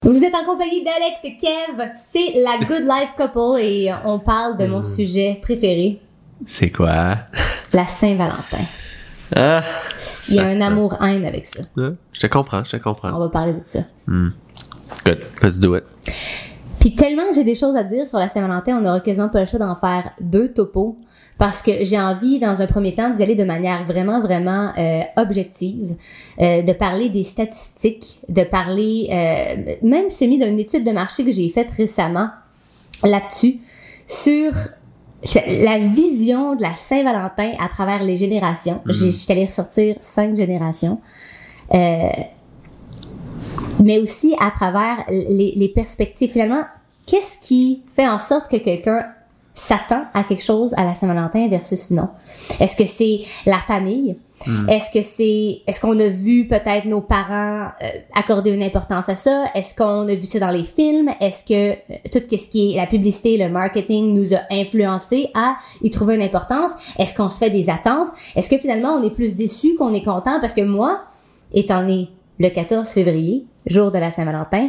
Vous êtes en compagnie d'Alex et Kev, c'est la Good Life Couple et on parle de mon sujet préféré. C'est quoi? La Saint-Valentin. Ah! Il y a un amour-haine avec ça. Je te comprends. On va parler de ça. Good, let's do it. Puis tellement que j'ai des choses à dire sur la Saint-Valentin, on n'aura quasiment pas le choix d'en faire 2 topos. Parce que j'ai envie, dans un premier temps, d'y aller de manière vraiment objective, de parler des statistiques, de parler, même d'une étude de marché que j'ai faite récemment là-dessus, sur la vision de la Saint-Valentin à travers les générations. Je suis allée ressortir 5 générations. Mais aussi à travers les perspectives. Finalement, qu'est-ce qui fait en sorte que quelqu'un s'attend à quelque chose à la Saint-Valentin versus non? Est-ce que c'est la famille? Est-ce qu'on a vu peut-être nos parents accorder une importance à ça? Est-ce qu'on a vu ça dans les films? Est-ce que tout ce qui est la publicité, le marketing nous a influencé à y trouver une importance? Est-ce qu'on se fait des attentes? Est-ce que finalement on est plus déçu qu'on est content? Parce que moi, étant né le 14 février, jour de la Saint-Valentin,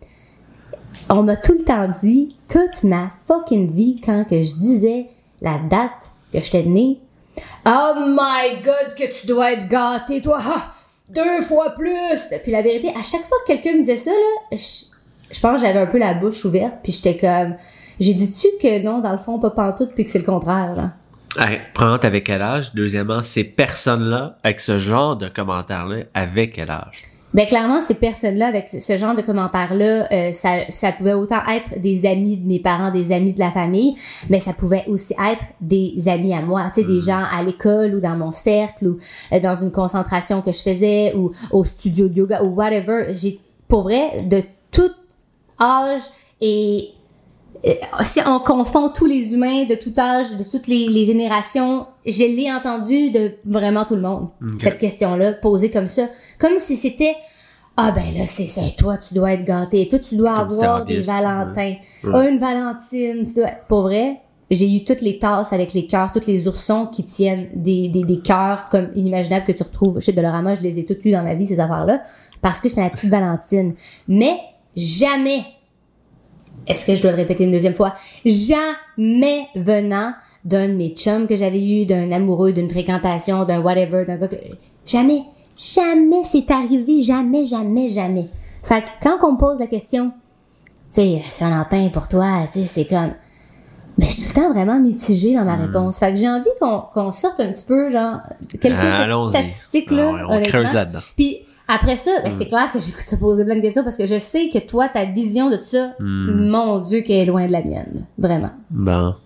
on m'a tout le temps dit, toute ma fucking vie, quand que je disais la date que j'étais née, « Oh my God, que tu dois être gâté, toi! 2 fois plus! » Puis la vérité, à chaque fois que quelqu'un me disait ça, là, je pense que j'avais un peu la bouche ouverte, puis j'étais comme... J'ai dit-tu que non, dans le fond, pas pantoute, puis que c'est le contraire, là? Hey, prends avec quel âge? Deuxièmement, ces personnes-là, avec ce genre de commentaires-là, avec quel âge? Ben clairement, ces personnes-là, avec ce genre de commentaires-là, ça pouvait autant être des amis de mes parents, des amis de la famille, mais ça pouvait aussi être des amis à moi, tu sais, des gens à l'école ou dans mon cercle ou dans une concentration que je faisais ou au studio de yoga ou whatever. J'ai, pour vrai, de tout âge et si on confond tous les humains de tout âge, de toutes les générations, je l'ai entendu de vraiment tout le monde. Okay. Cette question-là, posée comme ça. Comme si c'était, ah ben là, c'est ça, toi, tu dois être gâté. Toi, tu dois avoir des Valentins. Une Valentine. Tu dois... Pour vrai, j'ai eu toutes les tasses avec les cœurs, tous les oursons qui tiennent des cœurs comme inimaginables que tu retrouves chez Dolorama. Je les ai toutes eues dans ma vie, ces affaires-là, parce que j'étais la petite Valentine. Mais jamais... Est-ce que je dois le répéter une deuxième fois? Jamais venant d'un de mes chums que j'avais eu, d'un amoureux, d'une fréquentation, d'un whatever, d'un gars que... Jamais c'est arrivé, jamais. Fait que quand on me pose la question, tu sais, Saint-Valentin pour toi, tu sais, c'est comme... Mais je suis tout le temps vraiment mitigée dans ma réponse. Fait que j'ai envie qu'on sorte un petit peu, genre, quelques petites statistiques, là, on creuse là-dedans. Puis, après ça, ben c'est clair que j'ai te poser plein de questions parce que je sais que toi, ta vision de tout ça, mon Dieu, qu'elle est loin de la mienne. Là. Vraiment. Bon.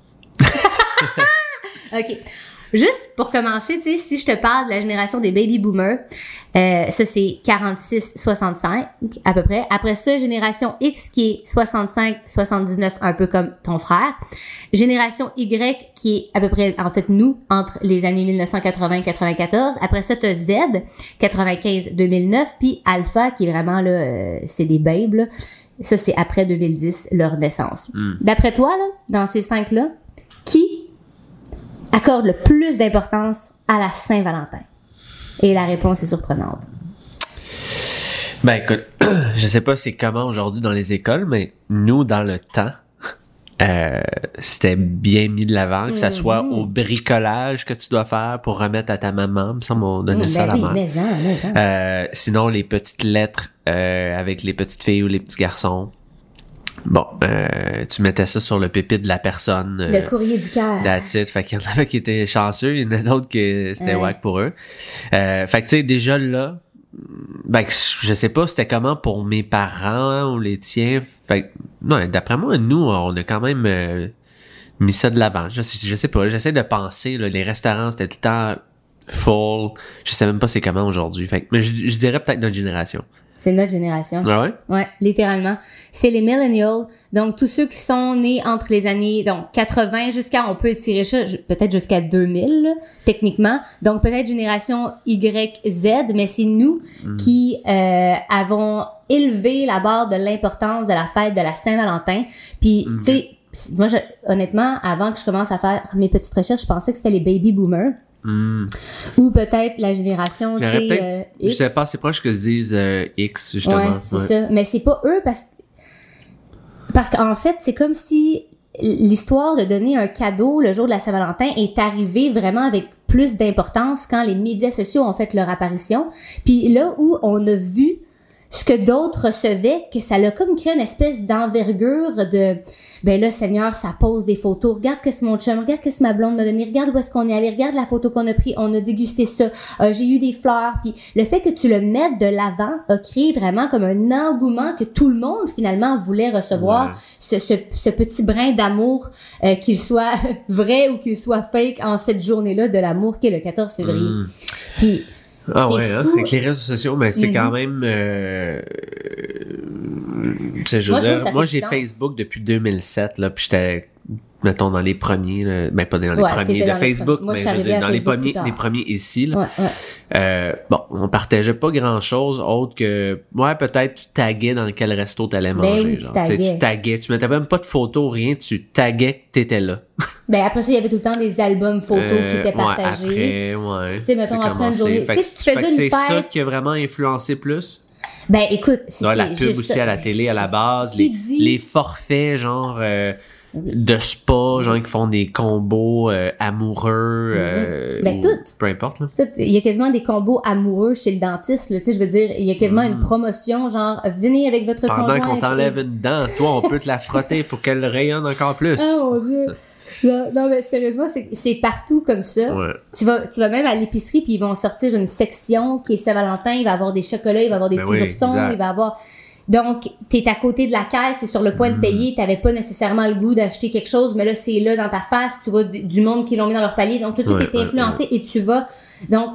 OK. Juste pour commencer, tu sais, si je te parle de la génération des baby boomers, ça c'est 46-65 à peu près. Après ça, génération X qui est 65-79, un peu comme ton frère. Génération Y qui est à peu près, en fait, nous, entre les années 1980-94. Après ça, t'as Z, 95-2009, puis Alpha qui est vraiment, là, c'est des babes, là. Ça, c'est après 2010, leur naissance. D'après toi, là, dans ces 5-là, qui accorde le plus d'importance à la Saint-Valentin? Et la réponse est surprenante. Ben écoute, je sais pas c'est comment aujourd'hui dans les écoles, mais nous, dans le temps, c'était bien mis de l'avant, que ça soit au bricolage que tu dois faire pour remettre à ta maman. Il me semble qu'on donnait ça à la mère. Mais sinon, les petites lettres avec les petites filles ou les petits garçons. Bon, tu mettais ça sur le pépitre de la personne. Le courrier du cœur. That's it. Fait qu'il y en avait qui étaient chanceux, il y en a d'autres qui c'était whack pour eux. Fait que tu sais, déjà là, ben je sais pas c'était comment pour mes parents ou les tiens. Fait que, non, d'après moi, nous, on a quand même mis ça de l'avant. Je sais pas, j'essaie de penser, là, les restaurants, c'était tout le temps full. Je sais même pas c'est comment aujourd'hui. Fait que, mais je dirais peut-être notre génération. C'est notre génération. Ah ouais? Ouais, littéralement. C'est les millennials. Donc, tous ceux qui sont nés entre les années, donc, 80 jusqu'à, on peut étirer ça, peut-être jusqu'à 2000, là, techniquement. Donc, peut-être génération Y, Z, mais c'est nous qui, avons élevé la barre de l'importance de la fête de la Saint-Valentin. Puis, tu sais, moi, honnêtement, avant que je commence à faire mes petites recherches, je pensais que c'était les baby boomers. Ou peut-être la génération, tu sais, X. Je sais pas, c'est proche que se disent X, justement. Ouais, c'est ça. Mais c'est pas eux parce que Parce qu'en fait, c'est comme si l'histoire de donner un cadeau le jour de la Saint-Valentin est arrivée vraiment avec plus d'importance quand les médias sociaux ont fait leur apparition. Puis là où on a vu ce que d'autres recevaient, que ça l'a comme créé une espèce d'envergure de ben là, Seigneur, ça pose des photos. Regarde qu'est-ce que mon chum, regarde qu'est-ce que ma blonde m'a donné, regarde où est-ce qu'on est allé, regarde la photo qu'on a pris, on a dégusté ça, j'ai eu des fleurs. Puis le fait que tu le mettes de l'avant a créé vraiment comme un engouement que tout le monde finalement voulait recevoir, ce petit brin d'amour, qu'il soit vrai ou qu'il soit fake en cette journée-là de l'amour qui est le 14 février. Puis ah ouais, hein? Avec les réseaux sociaux, mais c'est quand même... tu sais, moi j'ai Facebook depuis 2007, là, puis j'étais, mettons, dans les premiers, là, ben pas dans les premiers de Facebook, mais je veux dire, dans les premiers ici, là. Bon, on partageait pas grand-chose autre que, peut-être tu taguais dans quel resto t'allais manger. Oui, tu taguais, tu mettais même pas de photos, rien, tu taguais que t'étais là. Ben après ça, il y avait tout le temps des albums photos qui étaient partagés. Tu sais, mettons, après une journée. Tu sais, tu faisais une fête. C'est ça qui a vraiment influencé plus? Ben écoute, c'est la pub aussi ça. À la télé à la base, les forfaits genre de spa, genre qui font des combos amoureux, ben tout. Peu importe là. Il y a quasiment des combos amoureux chez le dentiste, là, tu sais, je veux dire, il y a quasiment une promotion genre venez avec votre conjoint. Pendant qu'on t'enlève une dent, toi on peut te la frotter pour qu'elle rayonne encore plus. Oh mon Dieu. Non, mais sérieusement, c'est partout comme ça. Ouais. Tu vas même à l'épicerie puis ils vont sortir une section qui est Saint-Valentin, il va y avoir des chocolats, il va y avoir des petits oursons, exact. Il va y avoir... Donc, t'es à côté de la caisse, t'es sur le point de payer, t'avais pas nécessairement le goût d'acheter quelque chose, mais là, c'est là dans ta face, tu vois du monde qui l'ont mis dans leur palier, donc tout de suite, t'es influencé et tu vas... Donc,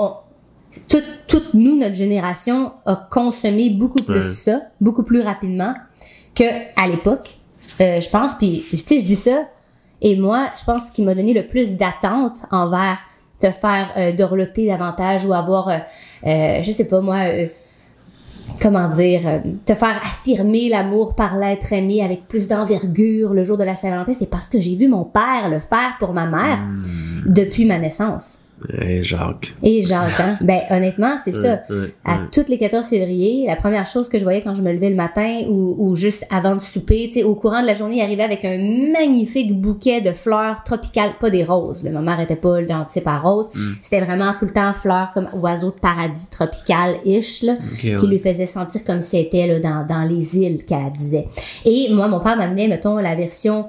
toute nous, notre génération, a consommé beaucoup plus ça, beaucoup plus rapidement que à l'époque, je pense, puis tu sais, je dis ça, et moi, je pense qu'il m'a donné le plus d'attente envers te faire dorloter davantage ou avoir, je sais pas moi, comment dire, te faire affirmer l'amour par l'être aimé avec plus d'envergure le jour de la Saint-Valentin, c'est parce que j'ai vu mon père le faire pour ma mère depuis ma naissance. Et Jacques, hein? Ben, honnêtement, c'est ça. À toutes les 14 février, la première chose que je voyais quand je me levais le matin ou juste avant de souper, tu sais, au courant de la journée, il arrivait avec un magnifique bouquet de fleurs tropicales, pas des roses. Là. Ma mère était pas dans type à rose. C'était vraiment tout le temps fleurs comme oiseaux de paradis tropical-ish, là, qui lui faisait sentir comme si c'était là, dans les îles, qu'elle disait. Et moi, mon père m'amenait, mettons, la version,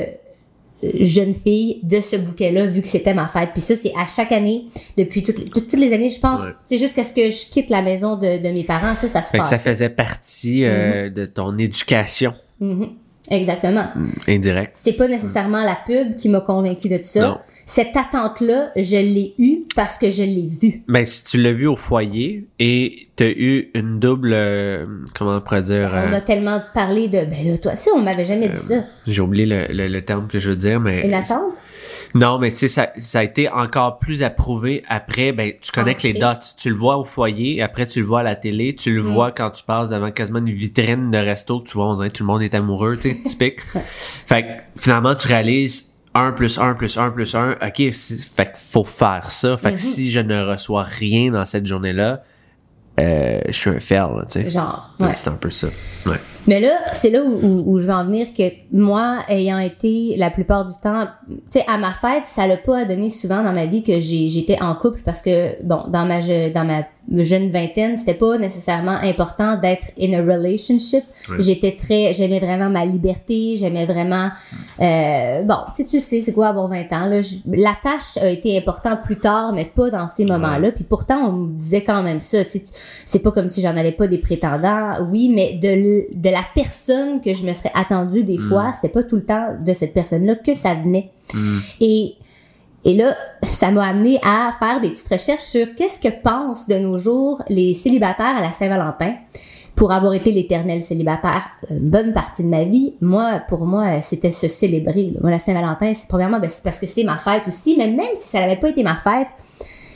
jeune fille de ce bouquet-là, vu que c'était ma fête. Puis ça, c'est à chaque année, depuis toutes les années, je pense, c'est jusqu'à ce que je quitte la maison de mes parents, ça se passe. Ça faisait partie de ton éducation. Exactement. Indirect. C'est pas nécessairement la pub qui m'a convaincue de tout ça. Non. Cette attente-là, je l'ai eue parce que je l'ai vue. Ben, si tu l'as vu au foyer et t'as eu une double, comment on pourrait dire... on m'a tellement parlé de, ben là, toi, si on m'avait jamais dit ça. J'ai oublié le terme que je veux dire, mais... Une attente? Non, mais tu sais, ça a été encore plus approuvé après, ben, tu connectes les dots. Tu le vois au foyer, après tu le vois à la télé, tu le vois quand tu passes devant quasiment une vitrine de resto, que tu vois, on dirait que tout le monde est amoureux, tu sais, typique. Fait que, finalement, tu réalises 1 plus 1 plus 1 plus 1, ok, fait que faut faire ça. Fait que si je ne reçois rien dans cette journée-là, je suis un fail, tu sais. Genre, c'est un peu ça. Ouais. Mais là, c'est là où je veux en venir, que moi, ayant été la plupart du temps, tu sais, à ma fête, ça l'a pas donné souvent dans ma vie que j'étais en couple parce que, bon, dans ma jeune vingtaine, c'était pas nécessairement important d'être in a relationship. J'aimais vraiment ma liberté, j'aimais vraiment, bon, tu sais, c'est quoi avoir 20 ans, là. La tâche a été importante plus tard, mais pas dans ces moments-là. Puis pourtant, on me disait quand même ça, tu sais, c'est pas comme si j'en avais pas des prétendants, oui, mais de la personne que je me serais attendue des fois, c'était pas tout le temps de cette personne-là que ça venait. Et là, ça m'a amené à faire des petites recherches sur qu'est-ce que pensent de nos jours les célibataires à la Saint-Valentin. Pour avoir été l'éternel célibataire une bonne partie de ma vie, pour moi, c'était se célébrer. Là. Moi, la Saint-Valentin, premièrement, c'est parce que c'est ma fête aussi, mais même si ça n'avait pas été ma fête,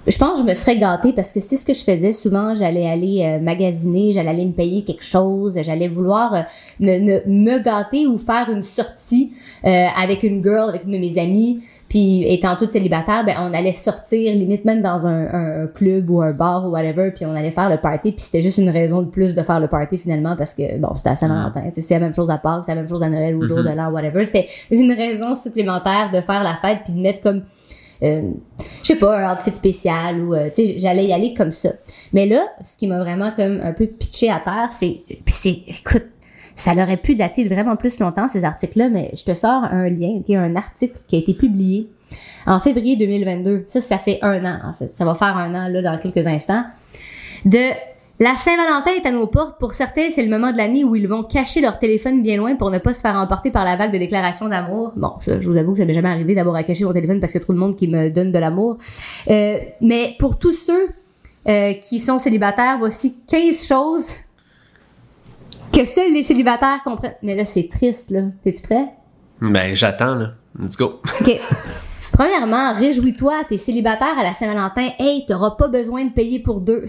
je pense que je me serais gâtée parce que c'est ce que je faisais. Souvent, j'allais aller magasiner, j'allais aller me payer quelque chose, j'allais vouloir me gâter ou faire une sortie avec une girl, avec une de mes amies. Puis étant toute célibataire, ben on allait sortir limite même dans un club ou un bar ou whatever, puis on allait faire le party, puis c'était juste une raison de plus de faire le party finalement parce que bon, c'était à Saint-Valentin, c'est la même chose à Pâques, c'est la même chose à Noël ou au jour de l'an, whatever. C'était une raison supplémentaire de faire la fête puis de mettre comme je sais pas, un outfit spécial ou tu sais, j'allais y aller comme ça. Mais là, ce qui m'a vraiment comme un peu pitché à terre, écoute, ça aurait pu dater de vraiment plus longtemps, ces articles-là, mais je te sors un lien, un article qui a été publié en février 2022. Ça fait 1 an, en fait. Ça va faire 1 an, là, dans quelques instants. La Saint-Valentin est à nos portes. Pour certains, c'est le moment de l'année où ils vont cacher leur téléphone bien loin pour ne pas se faire emporter par la vague de déclarations d'amour. Bon, ça, je vous avoue que ça m'est jamais arrivé d'avoir à cacher mon téléphone parce qu'il y a trop de monde qui me donne de l'amour. Mais pour tous ceux qui sont célibataires, voici 15 choses que seuls les célibataires comprennent. Mais là, c'est triste, là. T'es-tu prêt? Ben, j'attends, là. Let's go. OK. Premièrement, réjouis-toi, t'es célibataire à la Saint-Valentin. Hey, t'auras pas besoin de payer pour 2.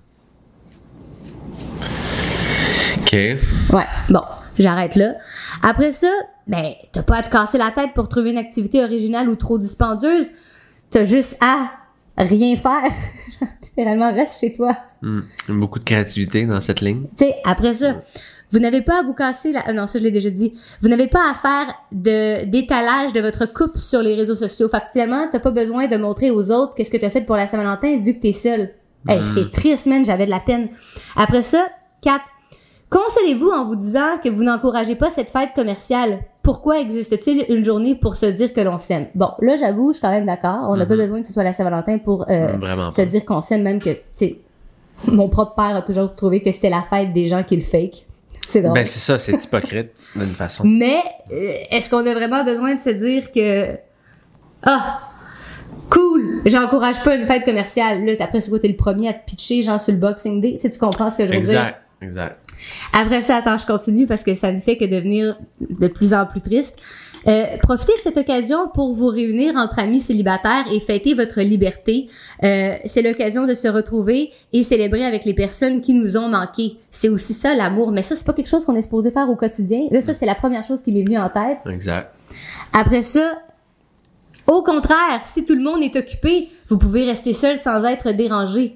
OK. Ouais, bon, j'arrête là. Après ça, ben, t'as pas à te casser la tête pour trouver une activité originale ou trop dispendieuse. T'as juste à rien faire. Littéralement, reste chez toi. Beaucoup de créativité dans cette ligne. Tu sais, après ça, vous n'avez pas à vous casser la... non, ça, je l'ai déjà dit. Vous n'avez pas à faire d'étalage de votre couple sur les réseaux sociaux. Fait que finalement, t'as pas besoin de montrer aux autres qu'est-ce que t'as fait pour la Saint-Valentin vu que t'es seul. Hey, c'est triste, man, j'avais de la peine. Après ça, 4. Consolez-vous en vous disant que vous n'encouragez pas cette fête commerciale. Pourquoi existe-t-il une journée pour se dire que l'on s'aime? Bon, là, j'avoue, je suis quand même d'accord. On n'a pas besoin que ce soit la Saint-Valentin pour se dire qu'on s'aime, même que, tu sais, mon propre père a toujours trouvé que c'était la fête des gens qui le fake. C'est drôle. Ben, c'est ça, c'est hypocrite, d'une façon. Mais, est-ce qu'on a vraiment besoin de se dire que, cool, j'encourage pas une fête commerciale. Là, après, c'est quoi, t'es le premier à te pitcher, genre, sur le Boxing Day? Tu sais, tu comprends ce que je veux dire? Exact. Après ça, attends, je continue parce que ça ne fait que devenir de plus en plus triste. Profitez de cette occasion pour vous réunir entre amis célibataires et fêter votre liberté. C'est l'occasion de se retrouver et célébrer avec les personnes qui nous ont manqué. C'est aussi ça, l'amour. Mais ça, c'est pas quelque chose qu'on est supposé faire au quotidien. Là, ça, c'est la première chose qui m'est venue en tête. Exact. Après ça, au contraire, si tout le monde est occupé, vous pouvez rester seul sans être dérangé.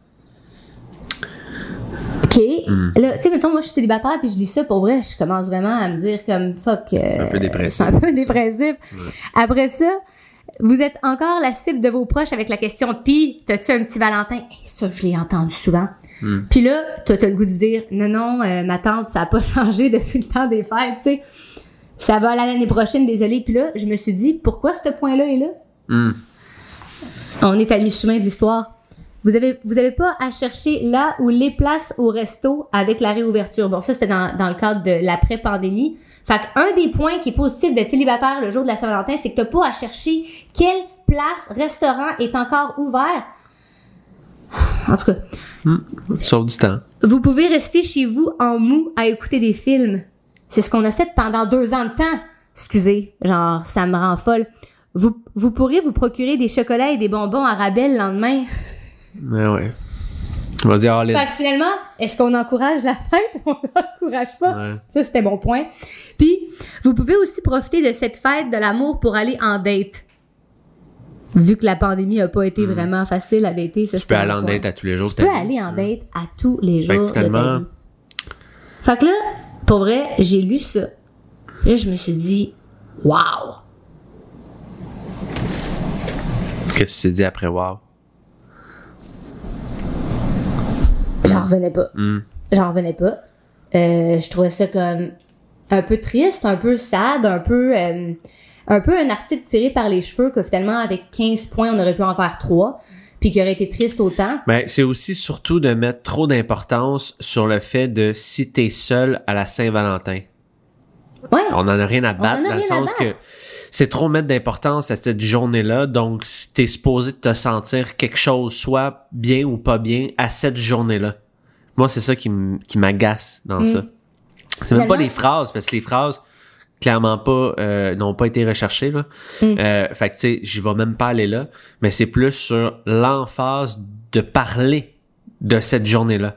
OK. Là, tu sais, mettons, moi, je suis célibataire puis je lis ça, pour vrai, je commence vraiment à me dire comme, fuck. Un peu dépressif. C'est un peu dépressif. Après ça, vous êtes encore la cible de vos proches avec la question « Pis, t'as-tu un petit Valentin? » Ça, je l'ai entendu souvent. Puis là, toi, t'as le goût de dire « Non, ma tante, ça a pas changé depuis le temps des fêtes, tu sais. Ça va aller l'année prochaine, désolé. » Puis là, je me suis dit « Pourquoi ce point-là est là? » On est à mi-chemin de l'histoire. Vous avez pas à chercher là ou les places au resto avec la réouverture. Bon, ça, c'était dans le cadre de l'après-pandémie. Fait qu'un des points qui est positif d'être célibataire le jour de la Saint-Valentin, c'est que t'as pas à chercher quelle place, restaurant est encore ouvert. En tout cas. Sauve du temps. Vous pouvez rester chez vous en mou à écouter des films. C'est ce qu'on a fait pendant 2 ans de temps. Excusez, genre, ça me rend folle. Vous pourrez vous procurer des chocolats et des bonbons à rabais le lendemain. Ouais. Vas-y, allez. Fait que finalement, est-ce qu'on encourage la fête ou on n'encourage pas? Ouais. Ça, c'était mon point. Puis, vous pouvez aussi profiter de cette fête de l'amour pour aller en date. Vu que la pandémie a pas été vraiment facile à dater, ça, tu peux aller en date à tous les jours. Tu peux aller en date à tous les jours de ta vie. Fait que là, pour vrai, j'ai lu ça. Là, je me suis dit, wow! Qu'est-ce que tu t'es dit après wow? J'en revenais pas. Je trouvais ça comme un peu triste, un peu sad, un peu un article tiré par les cheveux que finalement, avec 15 points, on aurait pu en faire 3, puis qui aurait été triste autant. Ben, c'est aussi surtout de mettre trop d'importance sur le fait de si t'es seul à la Saint-Valentin. Ouais. On en a rien à battre, dans le sens que c'est trop mettre d'importance à cette journée-là, donc t'es supposé de te sentir quelque chose, soit bien ou pas bien, à cette journée-là. Moi, c'est ça qui m'agace dans ça. C'est même pas les phrases, parce que les phrases, clairement pas n'ont pas été recherchés là. Fait que tu sais, j'y vais même pas aller là, mais c'est plus sur l'emphase de parler de cette journée-là.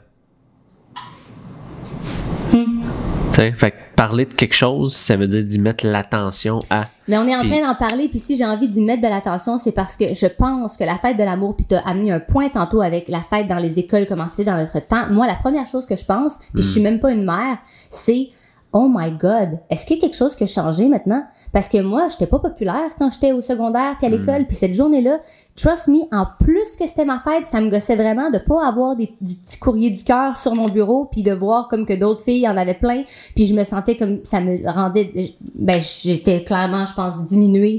T'sais, fait que parler de quelque chose, ça veut dire d'y mettre l'attention à. Mais on est en train d'en parler, puis si j'ai envie d'y mettre de l'attention, c'est parce que je pense que la fête de l'amour, puis t'as amené un point tantôt avec la fête dans les écoles, comment c'était dans notre temps. Moi, la première chose que je pense, puis je suis même pas une mère, c'est oh my God, est-ce qu'il y a quelque chose qui a changé maintenant? Parce que moi, j'étais pas populaire quand j'étais au secondaire puis à l'école, puis cette journée-là, trust me, en plus que c'était ma fête, ça me gossait vraiment de pas avoir du petit courrier du cœur sur mon bureau puis de voir comme que d'autres filles en avaient plein, puis je me sentais comme ça me rendait, ben j'étais clairement, je pense, diminuée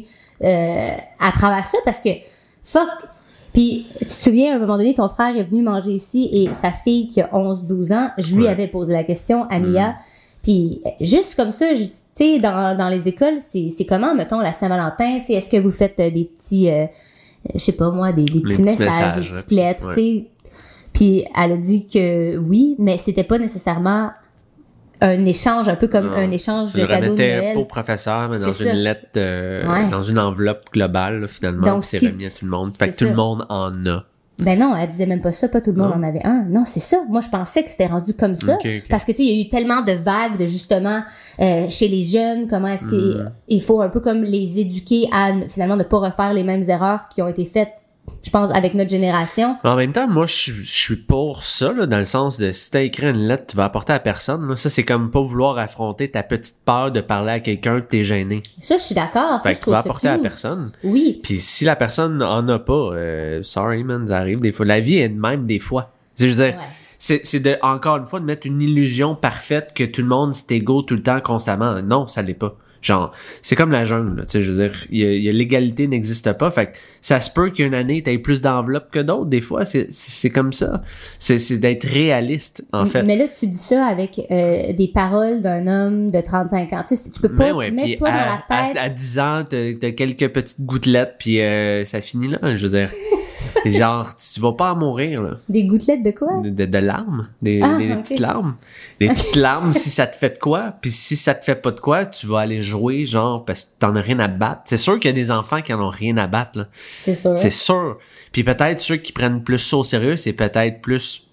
à travers ça parce que fuck. Puis, tu te souviens, à un moment donné, ton frère est venu manger ici et sa fille qui a 11-12 ans, je lui avais posé la question, Amia. Puis juste comme ça, tu sais, dans les écoles, c'est comment, mettons, la Saint-Valentin, tu sais, est-ce que vous faites des petits, je sais pas moi, des petits messages, des petites lettres, tu sais. Puis elle a dit que oui, mais c'était pas nécessairement un échange, un peu comme un échange de cadeaux de Noël. Pas au professeur, mais dans une lettre, dans une enveloppe globale, là, finalement, donc, puis c'est remis à tout le monde. Fait que tout le monde en a. Ben non, elle disait même pas ça, pas tout le monde en avait un. Non, c'est ça. Moi, je pensais que c'était rendu comme ça. Parce que, tu sais, il y a eu tellement de vagues de, justement, chez les jeunes, comment est-ce qu'il faut un peu comme les éduquer à, finalement, ne pas refaire les mêmes erreurs qui ont été faites, je pense, avec notre génération. En même temps, moi, je suis pour ça, là, dans le sens de si t'as écrit une lettre, tu vas apporter à personne, là. Ça, c'est comme pas vouloir affronter ta petite peur de parler à quelqu'un que t'es gêné. Ça, je suis d'accord. Fait que tu vas apporter à personne. Oui. Puis si la personne en a pas, sorry, man, ça arrive des fois. La vie est de même des fois. Je veux dire, c'est de, encore une fois, de mettre une illusion parfaite que tout le monde c'est égaux tout le temps, constamment. Non, ça l'est pas. Genre, c'est comme la jungle, tu sais, je veux dire, l'égalité n'existe pas, fait que ça se peut qu'une année t'aies plus d'enveloppe que d'autres, des fois, c'est comme ça. C'est d'être réaliste, en fait. Mais là, tu dis ça avec des paroles d'un homme de 35 ans, tu sais, tu peux pas mettre toi dans la tête. À 10 ans, t'as quelques petites gouttelettes, puis ça finit là, je veux dire. Genre, tu vas pas en mourir, là. Des gouttelettes de quoi? De larmes. Des petites larmes. Des petites larmes si ça te fait de quoi. Puis si ça te fait pas de quoi, tu vas aller jouer, genre, parce que t'en as rien à battre. C'est sûr qu'il y a des enfants qui en ont rien à battre, là. C'est sûr. C'est sûr. Puis peut-être ceux qui prennent plus ça au sérieux, c'est peut-être plus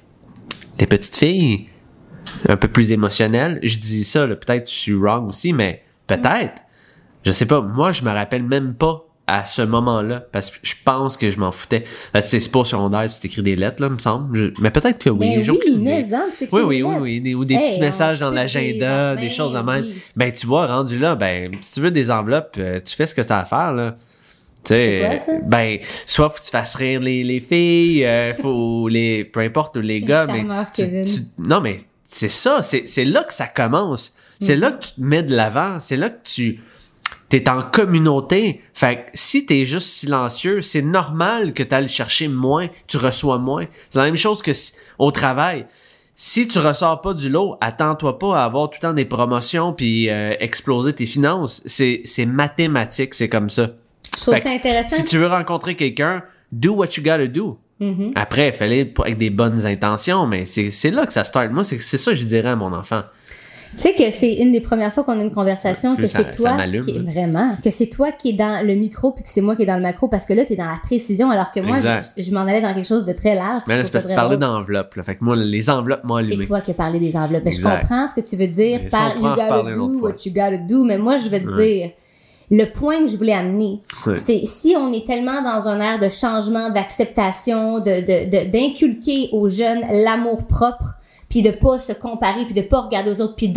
les petites filles. Un peu plus émotionnelles. Je dis ça, là. Peut-être je suis wrong aussi, mais peut-être. Je sais pas. Moi, je me rappelle même pas à ce moment-là, parce que je pense que je m'en foutais. C'est pas au secondaire, tu t'écris des lettres, là, me semble. Mais peut-être que oui. Ben oui, mais tu t'écris des lettres. Oui. Ou des petits messages dans l'agenda, des choses de même. Oui. Ben, tu vois, rendu là, ben, si tu veux des enveloppes, tu fais ce que t'as à faire, là. C'est quoi, ça? Ben, soit faut que tu fasses rire les filles, faut peu importe, les gars, mais non, mais c'est ça, c'est là que ça commence. C'est là que tu te mets de l'avant. C'est là que t'es en communauté. Fait que si t'es juste silencieux, c'est normal que t'ailles chercher moins, tu reçois moins. C'est la même chose que au travail. Si tu ressors pas du lot, attends-toi pas à avoir tout le temps des promotions puis exploser tes finances. C'est mathématique, c'est comme ça. Je trouve ça intéressant. Si tu veux rencontrer quelqu'un, do what you gotta do. Après, fallait avec des bonnes intentions, mais c'est là que ça start. Moi, c'est ça que je dirais à mon enfant. Tu sais que c'est une des premières fois qu'on a une conversation que c'est toi qui vraiment, que c'est toi qui est dans le micro puis que c'est moi qui est dans le macro parce que là, t'es dans la précision alors que moi, je m'en allais dans quelque chose de très large. Mais là, c'est parce que tu parlais d'enveloppes, là. Fait que moi, les enveloppes m'ont allumé. C'est toi qui as parlé des enveloppes. Mais je comprends ce que tu veux dire par you gotta do what you gotta do, mais moi, je vais te dire, le point que je voulais amener, c'est si on est tellement dans un air de changement, d'acceptation, d'inculquer aux jeunes l'amour propre, puis de pas se comparer, puis de pas regarder aux autres, puis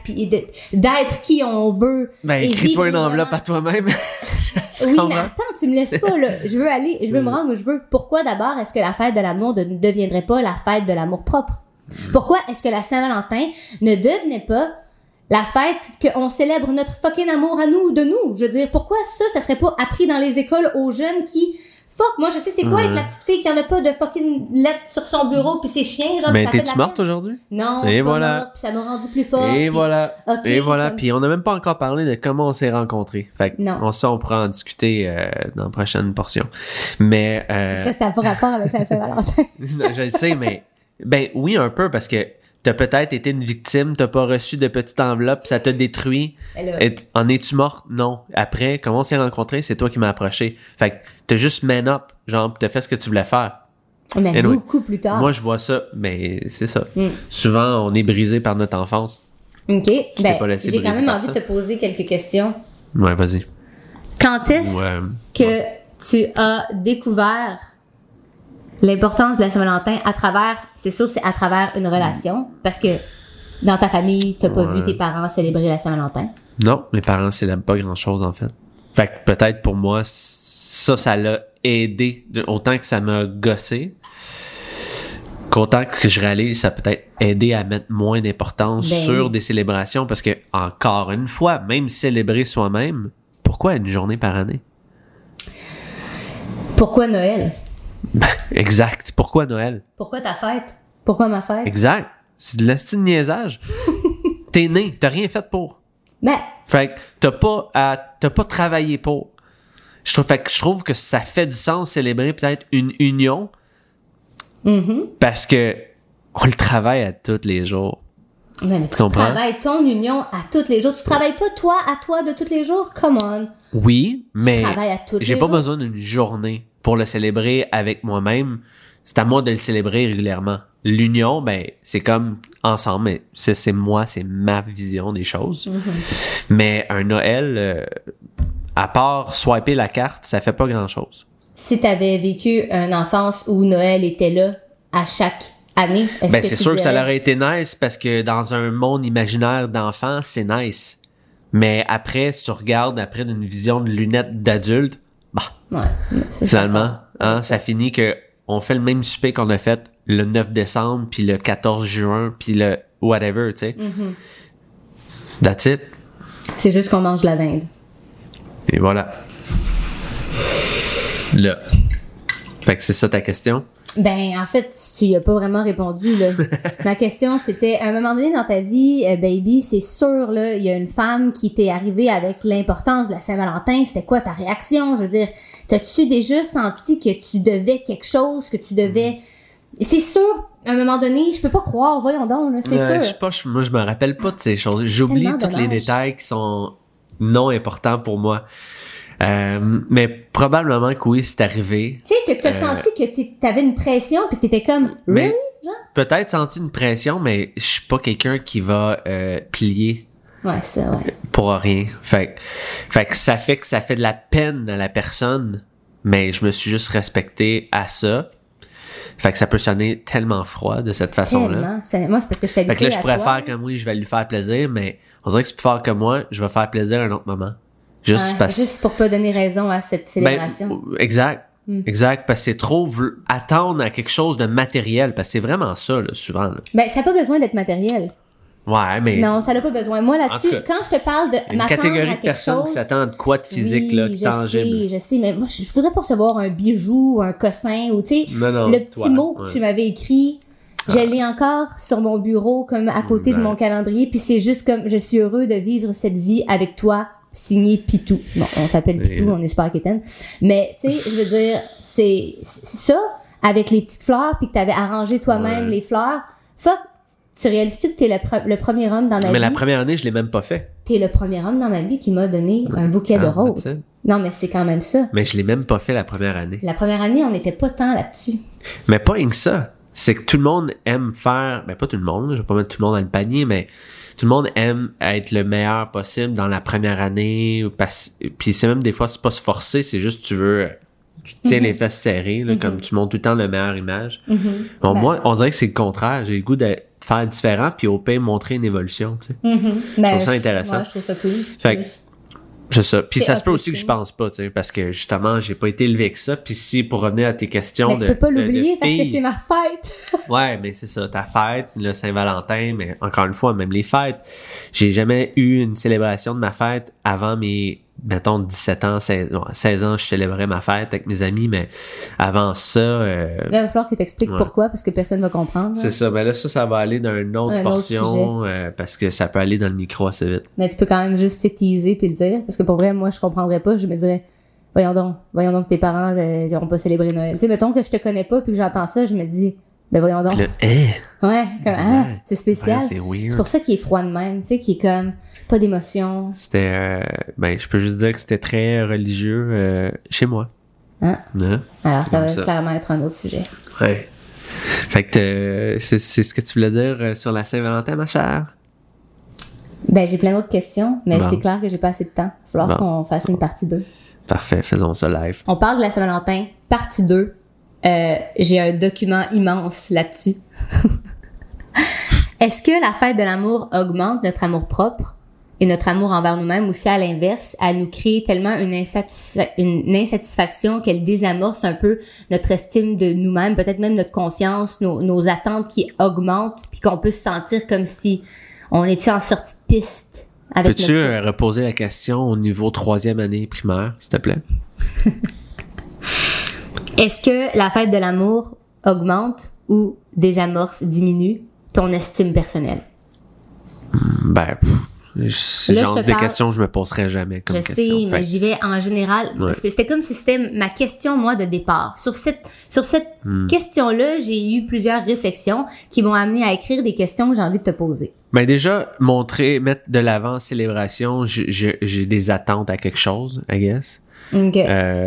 d'être qui on veut. Ben, écris-toi une enveloppe à toi-même. Oui, mais attends, tu me laisses pas, là. Je veux me rendre où je veux. Pourquoi d'abord est-ce que la fête de l'amour ne deviendrait pas la fête de l'amour propre? Pourquoi est-ce que la Saint-Valentin ne devenait pas la fête qu'on célèbre notre fucking amour à nous, de nous? Je veux dire, pourquoi ça serait pas appris dans les écoles aux jeunes qui... Fuck, moi je sais c'est quoi avec la petite fille qui en a pas de fucking lettre sur son bureau pis c'est chiant, genre. Mais t'es-tu morte aujourd'hui? Non, je suis pas morte, pis ça m'a rendu plus forte. Et voilà. Et voilà. Puis on n'a même pas encore parlé de comment on s'est rencontrés. Fait que on pourra en discuter dans la prochaine portion. Mais ça n'a pas rapport avec la Saint-Valentin. Je le sais, mais ben oui un peu parce que t'as peut-être été une victime, t'as pas reçu de petite enveloppe, ça t'a détruit. En es-tu morte? Non. Après, comment on s'est rencontrés? C'est toi qui m'as approché. Fait que t'as juste man up, genre, t'as fait ce que tu voulais faire. Mais anyway, beaucoup plus tard. Moi, je vois ça, mais c'est ça. Souvent, on est brisé par notre enfance. OK. J'ai quand même envie de te poser quelques questions. Ouais, vas-y. Quand est-ce que tu as découvert l'importance de la Saint-Valentin c'est sûr, c'est à travers une relation, parce que dans ta famille, t'as pas vu tes parents célébrer la Saint-Valentin? Non, mes parents célèbrent pas grand-chose, en fait. Fait que peut-être pour moi, ça l'a aidé, autant que ça m'a gossé, qu'autant que je réalise, ça peut-être aidé à mettre moins d'importance sur des célébrations, parce que, encore une fois, même célébrer soi-même, pourquoi une journée par année? Pourquoi Noël? Exact. Pourquoi Noël? Pourquoi ta fête? Pourquoi ma fête? Exact. C'est de l'estime de niaisage. T'es né, t'as rien fait pour. Fait que t'as pas travaillé pour. Je trouve que ça fait du sens célébrer peut-être une union parce que on le travaille à tous les jours. Mais tu travailles ton union à tous les jours. Tu travailles pas toi de tous les jours? Come on. Oui, mais j'ai pas jours. besoin d'une journée pour le célébrer avec moi-même. C'est à moi de le célébrer régulièrement. L'union, c'est comme ensemble, mais c'est moi, c'est ma vision des choses. Mais un Noël, à part swiper la carte, ça fait pas grand-chose. Si t'avais vécu une enfance où Noël était là à chaque année, c'est sûr que ça aurait été nice parce que dans un monde imaginaire d'enfant, c'est nice. Mais après, si tu regardes après d'une vision de lunettes d'adulte, finalement, ça finit que on fait le même souper qu'on a fait le 9 décembre, puis le 14 juin, puis le whatever, tu sais. That's it. C'est juste qu'on mange de la dinde. Et voilà. Là. Fait que c'est ça ta question? En fait, tu y as pas vraiment répondu, là. Ma question, c'était, à un moment donné dans ta vie, baby, c'est sûr, là, il y a une femme qui t'est arrivée avec l'importance de la Saint-Valentin. C'était quoi ta réaction? Je veux dire, t'as-tu déjà senti que tu devais quelque chose, que tu devais... C'est sûr, à un moment donné, je peux pas croire, voyons donc, là, c'est sûr. Moi, je me rappelle pas de ces choses. J'oublie tous les détails qui sont non importants pour moi. Mais probablement que oui, c'est arrivé. Tu sais, que t'as senti que t'avais une pression pis que t'étais comme, really? Genre? Peut-être senti une pression, mais je suis pas quelqu'un qui va plier. Ouais, ça, ouais. Pour rien. Fait que ça fait de la peine à la personne, mais je me suis juste respecté à ça. Fait que ça peut sonner tellement froid de cette façon-là. Moi, c'est parce que je t'habitue à toi. Fait que là, je pourrais faire comme oui, je vais lui faire plaisir, mais on dirait que c'est plus fort que moi, je vais faire plaisir à un autre moment. Juste pour pas donner raison à cette célébration. Exact. Exact, parce que c'est trop attendre à quelque chose de matériel, parce que c'est vraiment ça, là, souvent. Là. Ça n'a pas besoin d'être matériel. Ouais, mais... Non, ça n'a pas besoin. Moi, là-dessus, quand je te parle de une catégorie de personnes qui s'attendent de quoi de physique, là, tangible. Je sais, mais moi, je voudrais pas recevoir un bijou, un cossin, ou tu sais, le petit mot que tu m'avais écrit, je l'ai encore sur mon bureau, comme à côté de mon calendrier, puis c'est juste comme, je suis heureux de vivre cette vie avec toi, signé Pitou. Bon, on s'appelle Pitou, on est super quétaine. Mais, tu sais, je veux dire, c'est ça, avec les petites fleurs, puis que t'avais arrangé toi-même les fleurs. Fuck, tu réalises-tu que t'es le premier homme dans ma vie? Mais la première année, je l'ai même pas fait. T'es le premier homme dans ma vie qui m'a donné un bouquet de roses. Non, mais c'est quand même ça. Mais je l'ai même pas fait la première année. La première année, on n'était pas tant là-dessus. Mais pas rien que ça. C'est que tout le monde aime faire... pas tout le monde, je vais pas mettre tout le monde dans le panier, mais... Tout le monde aime être le meilleur possible dans la première année. Puis c'est même des fois, c'est pas se forcer, c'est juste tu tiens les fesses serrées, là, comme tu montres tout le temps la meilleure image. Bon, moi, on dirait que c'est le contraire. J'ai le goût de faire différent, puis au pire, montrer une évolution. Tu sais. Je trouve ça intéressant. Ouais, je trouve ça cool. Fait que, c'est ça. Puis ça se peut aussi que je pense pas, tu sais, parce que justement, j'ai pas été élevé avec ça. Puis si, pour revenir à tes questions mais tu peux pas l'oublier parce que c'est ma fête. Ouais, mais c'est ça, ta fête, le Saint-Valentin, mais encore une fois, même les fêtes. J'ai jamais eu une célébration de ma fête avant mes, mettons, 17 ans, 16 ans, je célébrais ma fête avec mes amis, mais avant ça... Là, il va falloir que tu expliques pourquoi, parce que personne va comprendre. C'est ça, mais là, ça va aller dans une autre portion, parce que ça peut aller dans le micro assez vite. Mais tu peux quand même juste teaser puis le dire, parce que pour vrai, moi, je comprendrais pas, je me dirais, voyons donc que tes parents n'ont pas célébré Noël. Tu sais, mettons que je te connais pas puis que j'entends ça, je me dis, Ben voyons donc. Le Ouais, comme, c'est spécial. Ouais, c'est weird. C'est pour ça qu'il est froid de même, tu sais, qu'il est comme, pas d'émotion. C'était, je peux juste dire que c'était très religieux chez moi. Hein? Hein? Alors, C'est ça comme va clairement être un autre sujet. Ouais. Fait que c'est ce que tu voulais dire sur la Saint-Valentin, ma chère? Ben, j'ai plein d'autres questions, mais Bon. c'est clair que j'ai pas assez de temps. Il va falloir qu'on fasse une partie 2. Parfait, faisons ça live. On parle de la Saint-Valentin, partie 2. J'ai un document immense là-dessus. Est-ce que la fête de l'amour augmente notre amour propre et notre amour envers nous-mêmes, ou si à l'inverse, elle nous crée tellement une insatisfaction qu'elle désamorce un peu notre estime de nous-mêmes, peut-être même notre confiance, nos attentes qui augmentent, puis qu'on peut se sentir comme si on était en sortie de piste avec Peux-tu notre... reposer la question au niveau 3e année primaire, s'il te plaît? Est-ce que la fête de l'amour augmente ou désamorce, diminue ton estime personnelle? C'est le genre de questions que je me poserais jamais comme question. Je sais, mais j'y vais en général. Ouais. C'était comme si c'était ma question, moi, de départ. Sur cette question-là, j'ai eu plusieurs réflexions qui m'ont amené à écrire des questions que j'ai envie de te poser. Ben déjà, mettre de l'avant célébration, j'ai des attentes à quelque chose, I guess. OK.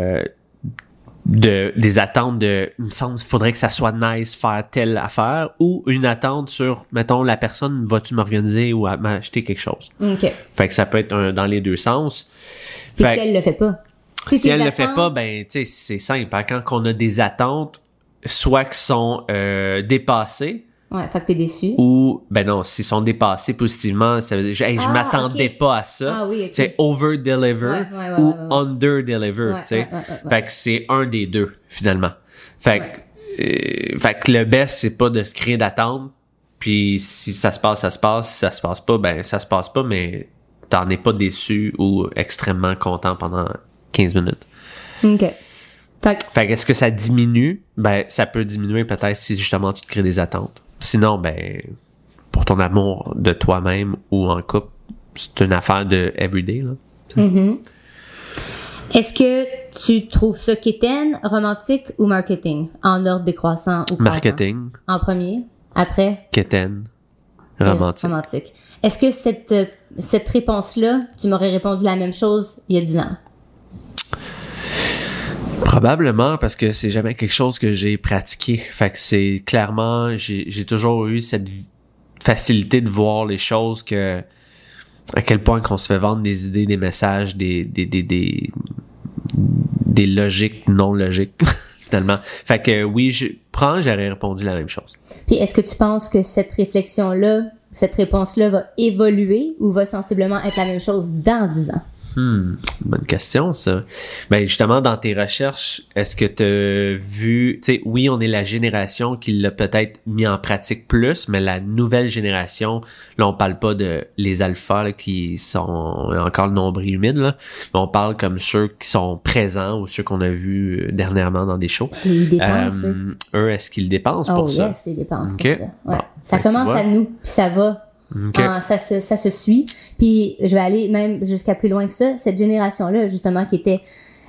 Des attentes il me semble qu'il faudrait que ça soit nice faire telle affaire, ou une attente sur, mettons, la personne, vas-tu m'organiser ou m'acheter quelque chose. OK. Fait que ça peut être dans les deux sens. Puis Fait si elle le fait pas? si elle le fait pas, ben, tu sais, c'est simple. Hein? Quand on a des attentes, soit qui sont dépassées, Ouais, fait que t'es déçu. ou, ben non, s'ils sont dépassés positivement, ça veut dire, hey, je m'attendais ok. pas à ça. Ah oui, ok. C'est over-deliver Ouais, ou ouais. under-deliver, Ouais, tu sais. ouais. Fait que c'est un des deux, finalement. Fait que le best, c'est pas de se créer d'attente, puis si ça se passe, ça se passe. Si ça se passe pas, ben ça se passe pas, mais t'en es pas déçu ou extrêmement content pendant 15 minutes. OK. Fait que est-ce que ça diminue? Ben, ça peut diminuer peut-être si justement tu te crées des attentes. Sinon, ben, pour ton amour de toi-même ou en couple, c'est une affaire de everyday, là. Mm-hmm. Est-ce que tu trouves ça quétaine, romantique ou marketing? En ordre décroissant ou croissant? Marketing, En premier, après? quétaine, romantique. Romantique. Est-ce que cette réponse-là, tu m'aurais répondu la même chose il y a 10 ans? Probablement parce que c'est jamais quelque chose que j'ai pratiqué. Fait que c'est clairement, j'ai toujours eu cette facilité de voir les choses que à quel point qu'on se fait vendre des idées, des messages, des logiques non logiques finalement. Fait que oui, j'aurais répondu la même chose. Puis est-ce que tu penses que cette réflexion-là, cette réponse-là va évoluer ou va sensiblement être la même chose dans 10 ans? Bonne question, ça. Ben, justement, dans tes recherches, est-ce que t'as vu, tu sais, oui, on est la génération qui l'a peut-être mis en pratique plus, mais la nouvelle génération, là, on parle pas de les alphas, là, qui sont encore le nombril humide, là, mais on parle comme ceux qui sont présents ou ceux qu'on a vus dernièrement dans des shows. Ils dépensent, eux, est-ce qu'ils dépensent pour ça? Oh yes, ils dépensent Okay. pour ça. Ouais. Bon, Ça ben, tu commence vois. à nous, puis ça va. Okay. Ça se suit. Puis je vais aller même jusqu'à plus loin que ça. Cette génération-là, justement, qui était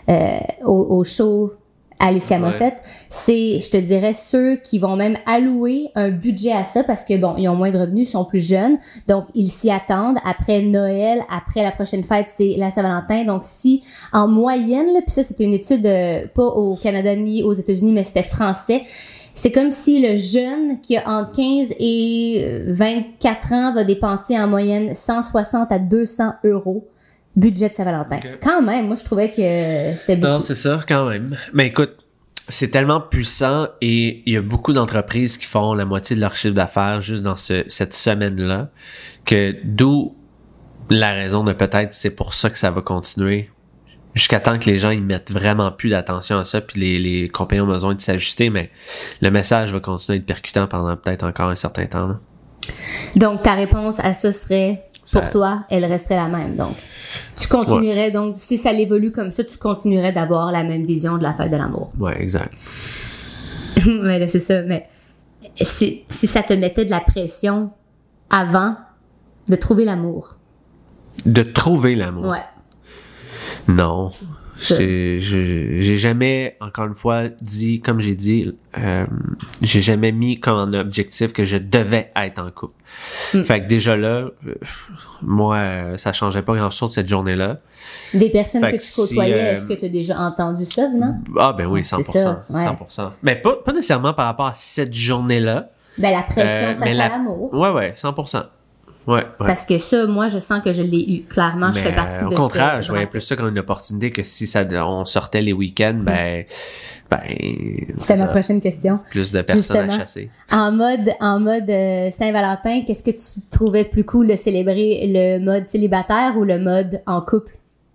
au show Alicia Moffett, c'est, je te dirais, ceux qui vont même allouer un budget à ça parce que, bon, ils ont moins de revenus, ils sont plus jeunes. Donc, ils s'y attendent. Après Noël, après la prochaine fête, c'est la Saint-Valentin. Donc, si, en moyenne, là, puis ça, c'était une étude pas au Canada ni aux États-Unis, mais c'était français. C'est comme si le jeune qui a entre 15 et 24 ans va dépenser en moyenne 160 à 200 euros budget de Saint-Valentin. Okay. Quand même, moi, je trouvais que c'était beaucoup. Non, c'est ça, quand même. Mais écoute, c'est tellement puissant et il y a beaucoup d'entreprises qui font la moitié de leur chiffre d'affaires juste dans cette semaine-là, que d'où la raison de peut-être c'est pour ça que ça va continuer jusqu'à temps que les gens ils mettent vraiment plus d'attention à ça, puis les compagnies ont besoin de s'ajuster, mais le message va continuer à être percutant pendant peut-être encore un certain temps. Là. Donc, ta réponse à ça serait, pour toi, elle resterait la même. Donc, tu continuerais, donc, si ça évolue comme ça, tu continuerais d'avoir la même vision de la fête de l'amour. Ouais, exact. Mais là, c'est ça. Mais si ça te mettait de la pression avant de trouver l'amour. De trouver l'amour. Ouais. Non. J'ai jamais, encore une fois, dit, comme j'ai dit, j'ai jamais mis comme objectif que je devais être en couple. Fait que déjà là, moi, ça changeait pas grand-chose cette journée-là. Des personnes que tu côtoyais, est-ce que tu as déjà entendu ça, venant? Ah ben oui, 100%. Ça, ouais. 100%. Mais pas nécessairement par rapport à cette journée-là. Ben la pression face à l'amour. Ouais, 100%. Ouais. Parce que ça, moi, je sens que je l'ai eu. Clairement, mais je fais partie de au contraire, je voyais plus ça comme une opportunité que si on sortait les week-ends, ben c'était ma prochaine question. Plus de personnes justement, à chasser. En mode Saint-Valentin, qu'est-ce que tu trouvais plus cool de célébrer, le mode célibataire ou le mode en couple?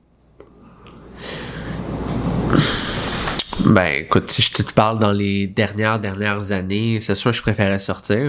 Ben, écoute, si je te parle dans les dernières années, c'est sûr que je préférais sortir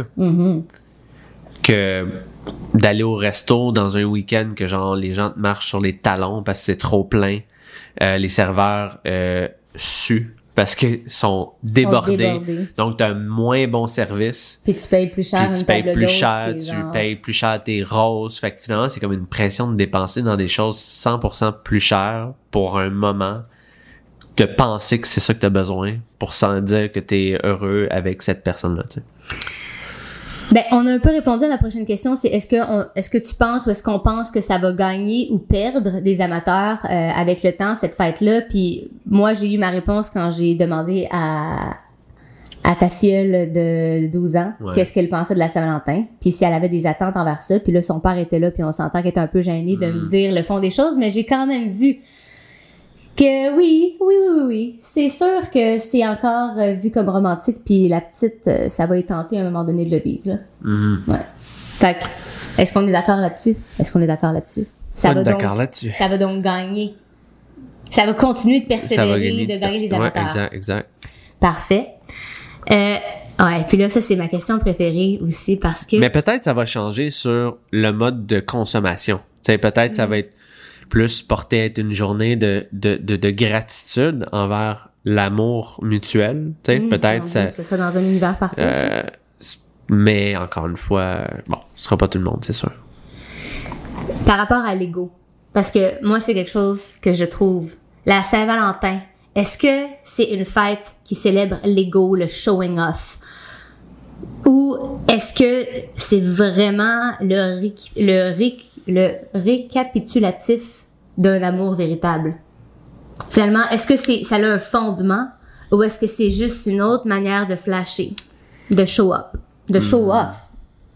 que d'aller au resto dans un week-end que genre les gens te marchent sur les talons parce que c'est trop plein. Les serveurs suent parce qu'ils sont débordés. Donc, t'as un moins bon service. Puis tu payes plus cher tu payes plus cher tes roses. Fait que finalement, c'est comme une pression de dépenser dans des choses 100% plus chères pour un moment que penser que c'est ça que t'as besoin pour sans dire que t'es heureux avec cette personne-là, tu sais. Ben, on a un peu répondu à ma prochaine question, c'est est-ce que tu penses ou est-ce qu'on pense que ça va gagner ou perdre des amateurs avec le temps, cette fête-là? Puis moi, j'ai eu ma réponse quand j'ai demandé à ta filleule de 12 ans qu'est-ce qu'elle pensait de la Saint-Valentin, puis si elle avait des attentes envers ça. Puis là, son père était là, puis on s'entend qu'elle était un peu gênée de me dire le fond des choses, mais j'ai quand même vu que oui. C'est sûr que c'est encore vu comme romantique, puis la petite, ça va être tenté à un moment donné de le vivre, là. Ouais. Fait que, est-ce qu'on est d'accord là-dessus? Ça va donc gagner. Ça va continuer de persévérer, de gagner des amateurs. Ouais, exact. Parfait. Ouais, puis là, ça, c'est ma question préférée aussi, parce que... Mais peut-être ça va changer sur le mode de consommation. Tu sais, peut-être ça va être plus porté à être une journée de gratitude envers l'amour mutuel, tu sais, peut-être ça serait dans un univers parfait. Mais encore une fois, bon, ce sera pas tout le monde, c'est sûr. Par rapport à l'ego, parce que moi, c'est quelque chose que je trouve, la Saint-Valentin, est-ce que c'est une fête qui célèbre l'ego, le showing off? Ou est-ce que c'est vraiment le récapitulatif d'un amour véritable? Finalement, est-ce que ça a un fondement ou est-ce que c'est juste une autre manière de flasher, de show up, de show off?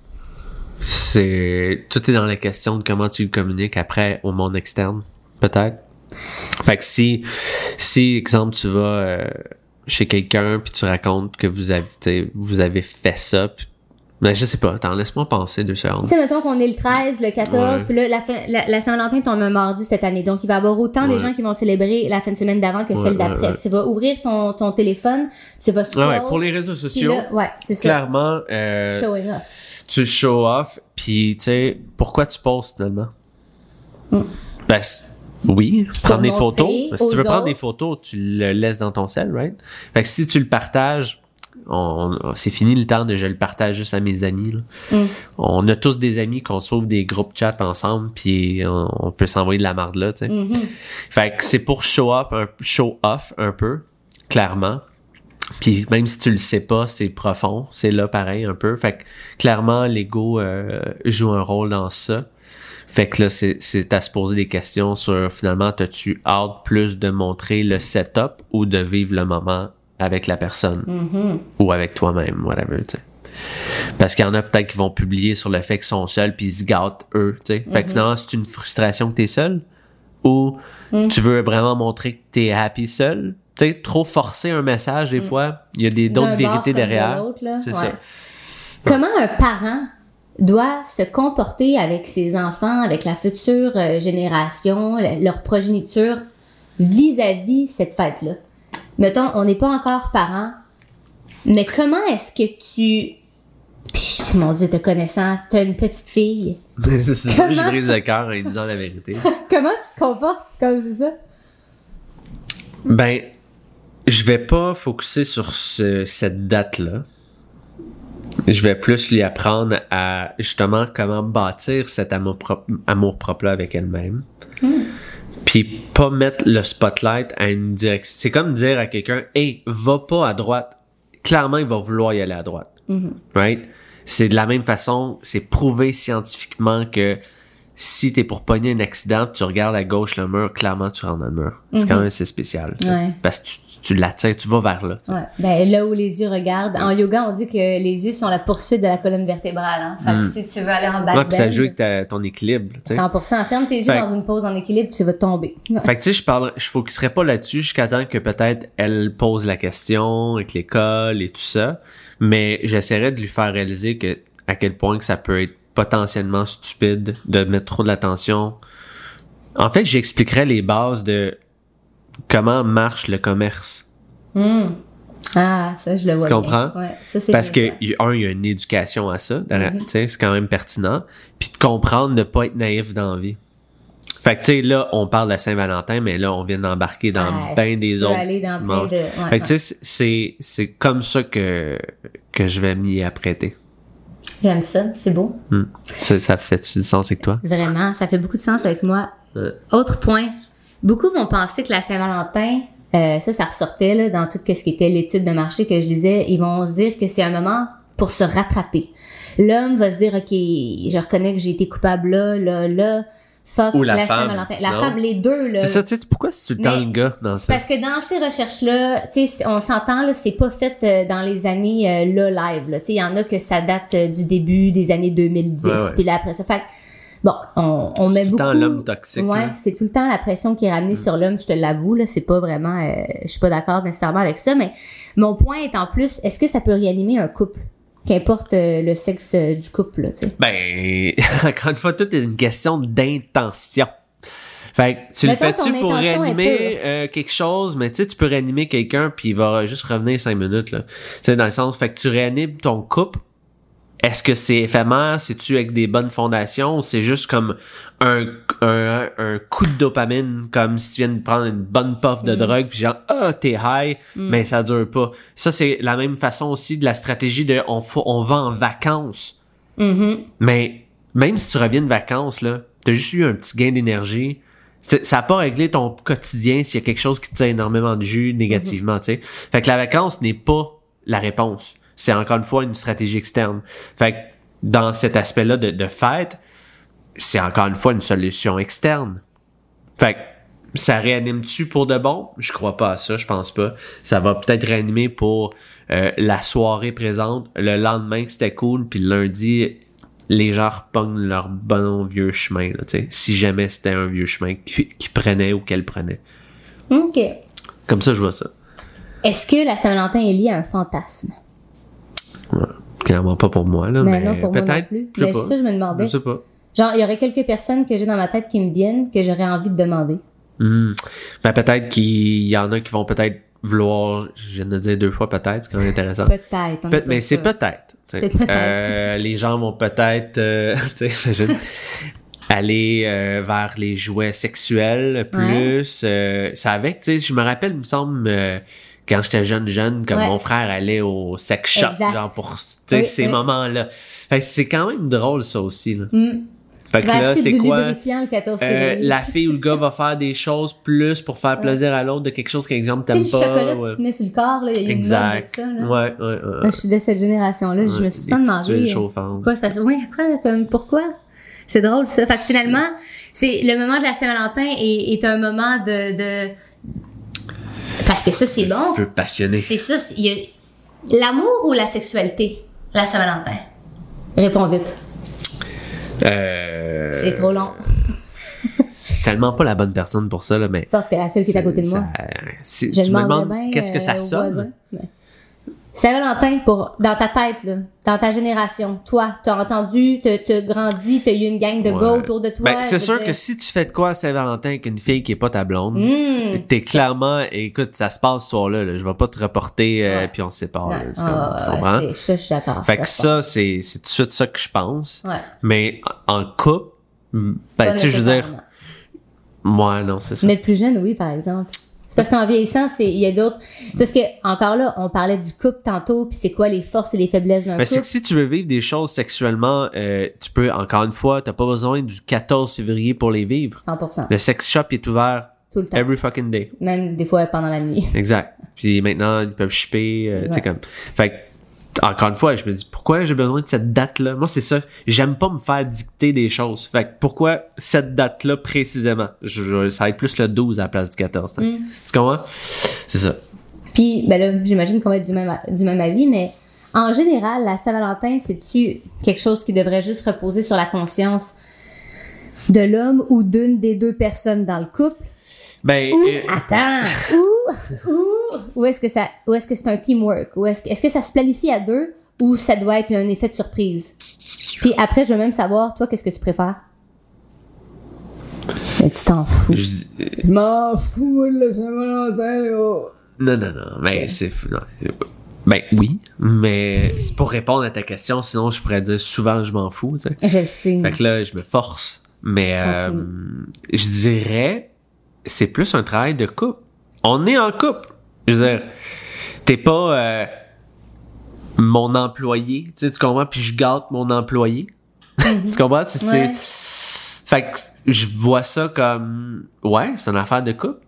Tout est dans la question de comment tu le communiques après au monde externe, peut-être. Fait que si exemple, tu vas chez quelqu'un puis tu racontes que vous avez fait ça, pis, ben je sais pas, attends, laisse-moi penser 2 secondes. Tu sais, mettons qu'on est le 13, le 14, puis là, la Saint-Valentin tombe un mardi cette année, donc il va y avoir autant des gens qui vont célébrer la fin de semaine d'avant que celle d'après. Tu vas ouvrir ton téléphone, tu vas scroll. Pour les réseaux sociaux, là, c'est clairement, showing off. Tu show off, puis tu sais, pourquoi tu postes finalement? Ben, oui, prendre des photos. Si tu veux prendre des photos, tu le laisses dans ton cell, right? Fait que si tu le partages, c'est fini le temps de je le partage juste à mes amis, là. On a tous des amis qu'on s'ouvre des groupes chat ensemble, puis on peut s'envoyer de la marde là, tu sais. Fait que c'est pour show off un peu, clairement. Puis même si tu le sais pas, c'est profond, c'est là pareil un peu. Fait que clairement, l'ego joue un rôle dans ça. Fait que là, c'est à se poser des questions sur finalement, t'as-tu hâte plus de montrer le setup ou de vivre le moment avec la personne ou avec toi-même, whatever, tu sais. Parce qu'il y en a peut-être qui vont publier sur le fait qu'ils sont seuls puis ils se gâtent eux, tu sais. Fait que finalement, c'est une frustration que t'es seul ou tu veux vraiment montrer que t'es happy seul. Tu sais, trop forcer un message, des fois, il y a d'autres vérités derrière. C'est ça. Comment un parent doit se comporter avec ses enfants, avec la future génération, leur progéniture, vis-à-vis cette fête-là? Mettons, on n'est pas encore parents, mais comment est-ce que tu... Pis, mon Dieu, te connaissant, t'as une petite fille. C'est ça, je brise le cœur en disant la vérité. Comment tu te comportes comme c'est ça? Ben, je vais pas focusser sur cette date-là. je vais plus lui apprendre à justement comment bâtir cet amour-propre-là avec elle-même. Puis pas mettre le spotlight à une direction. C'est comme dire à quelqu'un, hey, va pas à droite. Clairement, il va vouloir y aller à droite. Right? C'est de la même façon, c'est prouvé scientifiquement que si t'es pour pogner un accident, tu regardes à gauche le mur, clairement tu rentres dans le mur. C'est quand même assez spécial. Ouais. Parce que tu l'attires, tu vas vers là. Ouais. Ben, là où les yeux regardent. En yoga, on dit que les yeux sont la poursuite de la colonne vertébrale. Hein. Fait que si tu veux aller en back puis ça joue avec ton équilibre. 100%. Ferme tes yeux dans une pose en équilibre, tu vas tomber. Fait que tu sais, je focuserai pas là-dessus jusqu'à temps que peut-être elle pose la question avec l'école et tout ça. Mais j'essaierai de lui faire réaliser que à quel point que ça peut être potentiellement stupide de mettre trop de l'attention. En fait, j'expliquerais les bases de comment marche le commerce. Ah, ça, je le vois. Tu comprends? Bien. Ouais, ça, c'est parce bien, que, il y a une éducation à ça. Tu sais, c'est quand même pertinent. Puis de comprendre de pas être naïf dans la vie. Fait que, tu sais, là, on parle de Saint-Valentin, mais là, on vient d'embarquer dans bien des autres. Aller dans plein de... fait que, tu sais, c'est comme ça que je vais m'y apprêter. J'aime ça, c'est beau. Ça fait-tu du sens avec toi? Vraiment, ça fait beaucoup de sens avec moi. Autre point, beaucoup vont penser que la Saint-Valentin, ça ressortait là, dans tout ce qui était l'étude de marché que je disais, ils vont se dire que c'est un moment pour se rattraper. L'homme va se dire, OK, je reconnais que j'ai été coupable là, fuck ou la femme. Saint-Valentin. La femme, les deux, là. C'est ça, tu sais, pourquoi c'est tout le temps le gars dans ça? Parce que dans ces recherches-là, tu sais, on s'entend, là, c'est pas fait dans les années, live, là. Tu sais, il y en a que ça date du début des années 2010, puis là, après ça. Fait que, bon, on met beaucoup... C'est tout le temps l'homme toxique. Ouais, là. c'est tout le temps la pression qui est ramenée sur l'homme, je te l'avoue, là. C'est pas vraiment... je suis pas d'accord nécessairement avec ça, mais mon point est en plus, est-ce que ça peut réanimer un couple? Qu'importe le sexe du couple, là, tu sais. Ben, encore une fois, tout est une question d'intention. Fait que tu Mettons le fais-tu pour réanimer quelque chose, mais tu sais, tu peux réanimer quelqu'un puis il va juste revenir 5 minutes, là. Tu sais, dans le sens, fait que tu réanimes ton couple. Est-ce que c'est éphémère? C'est-tu avec des bonnes fondations? Ou c'est juste comme un coup de dopamine, comme si tu viens de prendre une bonne puff de drogue, puis genre, t'es high, mais ça dure pas. Ça, c'est la même façon aussi de la stratégie de on va en vacances. Mais même si tu reviens de vacances, là, t'as juste eu un petit gain d'énergie. Ça n'a pas réglé ton quotidien s'il y a quelque chose qui te tient énormément de jus négativement, tu sais. Fait que la vacance n'est pas la réponse. C'est encore une fois une stratégie externe. Fait que dans cet aspect-là de fête, c'est encore une fois une solution externe. Fait que ça réanime-tu pour de bon? Je crois pas à ça, je pense pas. Ça va peut-être réanimer pour la soirée présente, le lendemain que c'était cool, puis le lundi, les gens repognent leur bon vieux chemin, là, tu sais, si jamais c'était un vieux chemin qu'ils prenaient ou qu'elle prenait. OK. Comme ça, je vois ça. Est-ce que la Saint-Valentin est liée à un fantasme? Ouais, clairement pas pour moi, là, mais non, pour peut-être. moi non plus. Je sais Mais pas. ça, je me demandais. Je sais pas. Genre, il y aurait quelques personnes que j'ai dans ma tête qui me viennent que j'aurais envie de demander. Ben, peut-être qu'il y en a qui vont peut-être vouloir, je viens de dire 2 fois peut-être, c'est quand même intéressant. Peut-être. Mais c'est peut-être. C'est peut-être. Les gens vont peut-être, tu sais, imagine, aller vers les jouets sexuels plus. Ça avec, tu sais, je me rappelle, il me semble, quand j'étais jeune, comme mon frère allait au sex shop, genre pour, tu sais, ces moments-là. Fait que c'est quand même drôle, ça aussi, là. Fait que là, c'est quoi? La fille ou le gars va faire des choses plus pour faire plaisir à l'autre de quelque chose qu'exemple t'aimes pas. Tu sais, le chocolat que tu te mets sur le corps, là, il y a une mode de ça, là. Ouais. Moi, je suis de cette génération-là, je me suis pas demandé. Pourquoi? C'est drôle, ça. Fait que finalement, c'est le moment de la Saint-Valentin est un moment de... Parce que ça, c'est bon. Feu passionné. C'est ça. Il y a l'amour ou la sexualité, la Saint-Valentin? Réponds vite. C'est trop long. Je suis tellement pas la bonne personne pour ça, là, mais... Ça, t'es la seule qui est à côté de moi. Tu me demandes qu'est-ce que ça sonne? Saint-Valentin, dans ta tête, là, dans ta génération, toi, t'as entendu, t'as grandi, t'as eu une gang de gars autour de toi. Ben, c'est sûr que si tu fais de quoi à Saint-Valentin avec une fille qui est pas ta blonde, t'es clairement, écoute, ça se passe ce soir-là, là, je vais pas te reporter puis on se sépare. Tu comprends? Ça, je suis d'accord. Fait que ça, c'est tout de suite ça que je pense. Ouais. Mais en couple, ben, tu sais, je veux dire, moi, non, c'est ça. Mais le plus jeune, oui, par exemple. Parce qu'en vieillissant, il y a d'autres. C'est parce que, encore là, on parlait du couple tantôt, puis c'est quoi les forces et les faiblesses d'un couple. C'est que si tu veux vivre des choses sexuellement, tu peux, encore une fois, t'as pas besoin du 14 février pour les vivre. 100%. Le sex shop est ouvert tout le temps. Every fucking day. Même des fois pendant la nuit. Exact. Puis maintenant, ils peuvent shipper, tu sais, comme. Fait que, encore une fois, je me dis, pourquoi j'ai besoin de cette date-là? Moi, c'est ça. J'aime pas me faire dicter des choses. Fait que, pourquoi cette date-là précisément? Ça va être plus le 12 à la place du 14. Tu comprends? C'est ça. Puis, ben là, j'imagine qu'on va être du même avis, mais en général, la Saint-Valentin, c'est-tu quelque chose qui devrait juste reposer sur la conscience de l'homme ou d'une des deux personnes dans le couple? Ben, attends, ou est-ce que c'est un teamwork, ou est-ce que ça se planifie à deux, ou ça doit être un effet de surprise? Puis après, je veux même savoir, toi, qu'est-ce que tu préfères? Mais tu t'en fous. Je m'en fous de la Saint-Valentin, là. Non, mais c'est... Non. Ben oui, mais c'est pour répondre à ta question, sinon je pourrais dire souvent je m'en fous, tu sais. Je le sais. Fait que là, je me force, mais je dirais... c'est plus un travail de couple. On est en couple. Je veux dire, t'es pas mon employé, tu comprends? Puis je gâte mon employé. Tu comprends? Ouais. Fait que je vois ça comme... ouais, c'est une affaire de couple.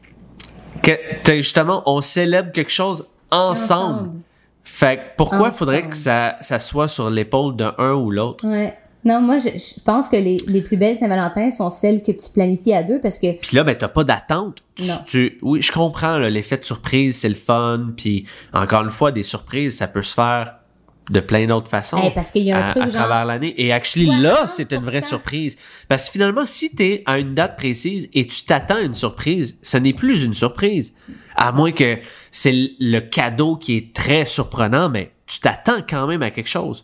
Justement, on célèbre quelque chose ensemble. Fait que pourquoi faudrait que ça soit sur l'épaule d'un ou l'autre? Ouais. Non, moi, je pense que les plus belles Saint-Valentin sont celles que tu planifies à deux parce que... Puis là, ben, t'as pas d'attente. Oui, je comprends, là, l'effet de surprise, c'est le fun. Puis encore une fois, des surprises, ça peut se faire de plein d'autres façons. Parce qu'il y a un truc à travers l'année. Et actually, 60%. Là, c'est une vraie surprise. Parce que finalement, si t'es à une date précise et tu t'attends à une surprise, ce n'est plus une surprise. À moins que c'est le cadeau qui est très surprenant, mais tu t'attends quand même à quelque chose.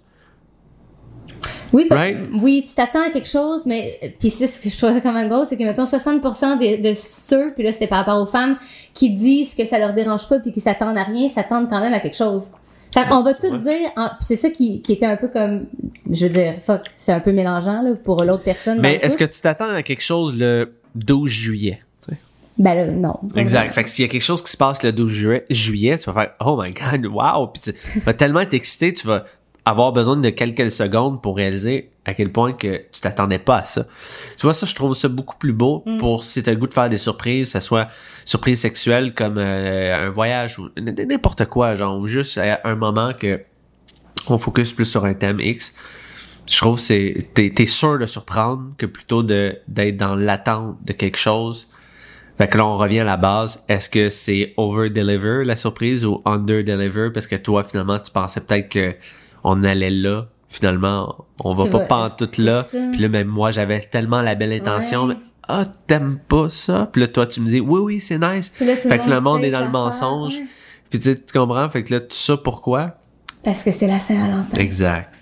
Oui, oui, tu t'attends à quelque chose, mais puis c'est ce que je trouvais quand même drôle, c'est que mettons 60% de ceux, puis là c'était par rapport aux femmes qui disent que ça leur dérange pas puis qui s'attendent à rien, s'attendent quand même à quelque chose. Fait qu'on va tout dire, c'est ça qui était un peu comme, je veux dire, c'est un peu mélangeant là pour l'autre personne. Mais est-ce que tu t'attends à quelque chose le 12 juillet? Ben là, non. Exact. Fait que s'il y a quelque chose qui se passe le 12 juillet, tu vas faire oh my god, wow, puis tu vas tellement être excité, tu vas avoir besoin de quelques secondes pour réaliser à quel point que tu t'attendais pas à ça. Tu vois, ça, je trouve ça beaucoup plus beau pour si t'as le goût de faire des surprises, que ça soit surprise sexuelle comme un voyage ou n'importe quoi, genre, ou juste à un moment que on focus plus sur un thème X. Je trouve que t'es sûr de surprendre que plutôt d'être dans l'attente de quelque chose. Fait que là, on revient à la base. Est-ce que c'est over-deliver, la surprise, ou under-deliver? Parce que toi, finalement, tu pensais peut-être que on allait là. Finalement, on va pas pantoute là. Puis là, même moi, j'avais tellement la belle intention. Ouais. Mais, t'aimes pas ça? Puis là, toi, tu me dis, oui, c'est nice. Là, fait que finalement, on est dans le mensonge. Ouais. Puis tu comprends? Fait que là, tout ça, pourquoi? Parce que c'est la Saint-Valentin. Exact.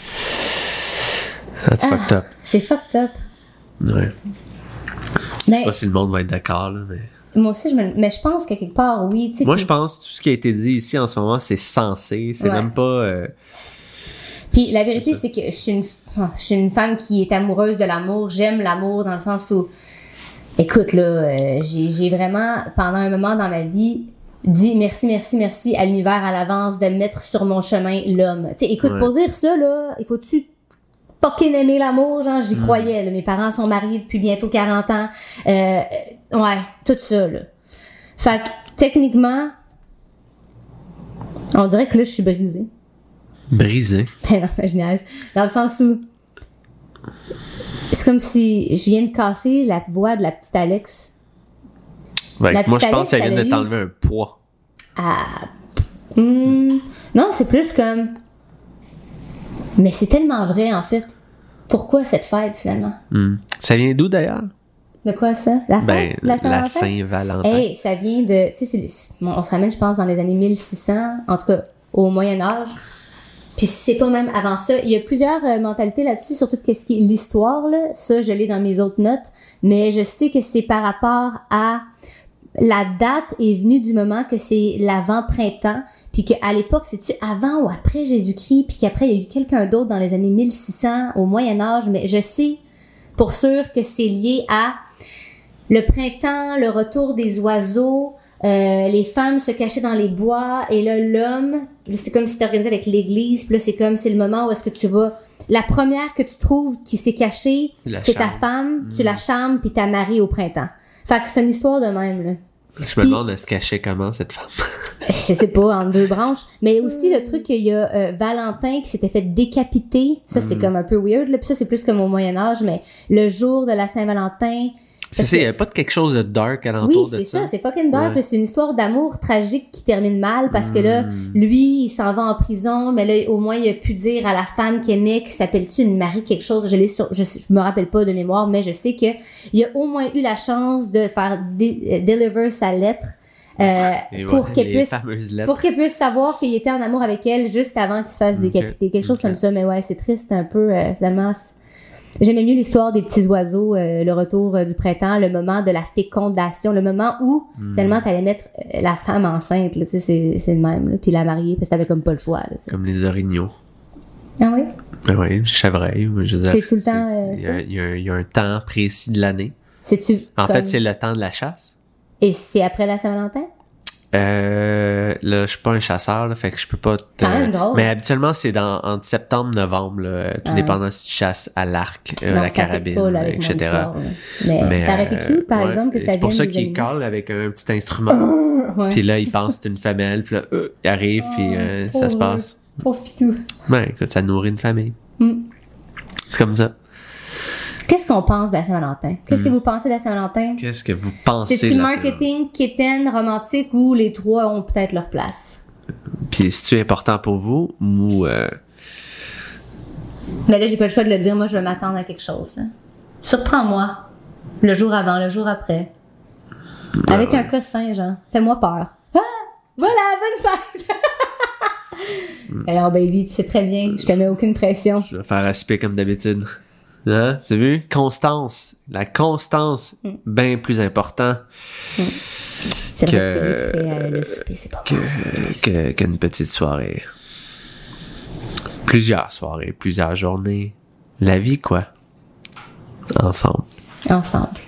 That's fucked up. C'est fucked up. Ouais. Mais, je sais pas si le monde va être d'accord, là, mais... Moi aussi, mais je pense que quelque part, oui. Moi, je pense que tout ce qui a été dit ici en ce moment, c'est censé. C'est même pas... Puis la vérité, c'est que je suis une femme qui est amoureuse de l'amour. J'aime l'amour dans le sens où... Écoute, là, j'ai vraiment, pendant un moment dans ma vie, dit merci à l'univers à l'avance de mettre sur mon chemin l'homme. Tu sais, écoute, pour dire ça, là, il faut-tu fucking aimer l'amour, genre, j'y croyais, là. Mes parents sont mariés depuis bientôt 40 ans. Ouais, tout ça, là. Fait que, techniquement, on dirait que là, je suis brisée. Brisée? Ben non, je niaise. Dans le sens où, c'est comme si je viens de casser la voix de la petite Alex. Ouais, moi, je pense que ça vient de t'enlever un poids. Non, c'est plus comme... Mais c'est tellement vrai, en fait. Pourquoi cette fête, finalement? Ça vient d'où, d'ailleurs? De quoi, ça? La fête? La Saint-Valentin. Hey, ça vient de... Tu sais, on se ramène, je pense, dans les années 1600, en tout cas, au Moyen-Âge. Puis c'est pas même avant ça. Il y a plusieurs mentalités là-dessus, sur tout ce qui est l'histoire, là. Ça, je l'ai dans mes autres notes. Mais je sais que c'est par rapport à... La date est venue du moment que c'est l'avant-printemps, puis qu'à l'époque, c'est-tu avant ou après Jésus-Christ, puis qu'après, il y a eu quelqu'un d'autre dans les années 1600, au Moyen-Âge, mais je sais pour sûr que c'est lié à le printemps, le retour des oiseaux, les femmes se cachaient dans les bois, et là, l'homme, c'est comme si c'était organisé avec l'église, puis là, c'est le moment où est-ce que tu vas... La première que tu trouves qui s'est cachée, c'est ta femme, tu la charmes, puis t'as mariée au printemps. Fait que c'est une histoire de même, là. Je me demande, elle se cachait comment, cette femme? Je sais pas, entre deux branches. Mais aussi, le truc qu'il y a Valentin qui s'était fait décapiter. Ça, c'est comme un peu weird, là. Puis ça, c'est plus comme au Moyen-Âge, mais le jour de la Saint-Valentin... C'est ça, il n'y avait pas de quelque chose de dark alentour de ça. Oui, c'est ça, c'est fucking dark. Ouais. C'est une histoire d'amour tragique qui termine mal parce que là, lui, il s'en va en prison, mais là, au moins, il a pu dire à la femme qu'il aimait, qui s'appelle-tu une Marie quelque chose, je me rappelle pas de mémoire, mais je sais que il a au moins eu la chance de faire deliver sa lettre. Pour qu'elle puisse savoir qu'il était en amour avec elle juste avant qu'il se fasse décapiter. Quelque chose comme ça, mais ouais, c'est triste un peu, finalement. J'aimais mieux l'histoire des petits oiseaux, le retour du printemps, le moment de la fécondation, le moment où finalement t'allais mettre la femme enceinte, là, tu sais, c'est le même, là, puis la marier, parce que t'avais comme pas le choix. Là, comme les orignaux. Ah oui? Ah oui, chevreuil. Je veux dire, c'est tout le temps ça? Il y a un temps précis de l'année. En fait, c'est le temps de la chasse. Et c'est après la Saint-Valentin? Là, je suis pas un chasseur, là, fait que je peux pas mais habituellement, c'est entre septembre et novembre, là, tout dépendant si tu chasses à l'arc, la carabine, pas, là, etc. Histoire, mais ça aurait été cute, par exemple, que ça vienne. C'est pour ça qu'il colle avec un petit instrument. Puis là, il pense que c'est une femelle, puis là, il arrive, puis ça se passe. Pauvre pitou. Ben, écoute, ça nourrit une famille. C'est comme ça. Qu'est-ce qu'on pense de la Saint-Valentin? Qu'est-ce que vous pensez de la Saint-Valentin? Qu'est-ce que vous pensez de la Saint-Valentin? C'est-tu marketing, quétaine, romantique ou les trois ont peut-être leur place? Puis, c'est-tu important pour vous ou... Mais là, j'ai pas le choix de le dire. Moi, je vais m'attendre à quelque chose. Là. Surprends-moi. Le jour avant, le jour après. Avec un cossin, genre. Fais-moi peur. Ah! Voilà, bonne fête! Alors, baby, tu sais très bien. Je te mets aucune pression. Je vais faire assiper comme d'habitude. Hein? Tu as vu? Constance. La constance, bien plus important. C'est vrai que c'est lui qui fait le souper, c'est pas qu'une petite soirée. Plusieurs soirées, plusieurs journées. La vie, quoi. Ensemble.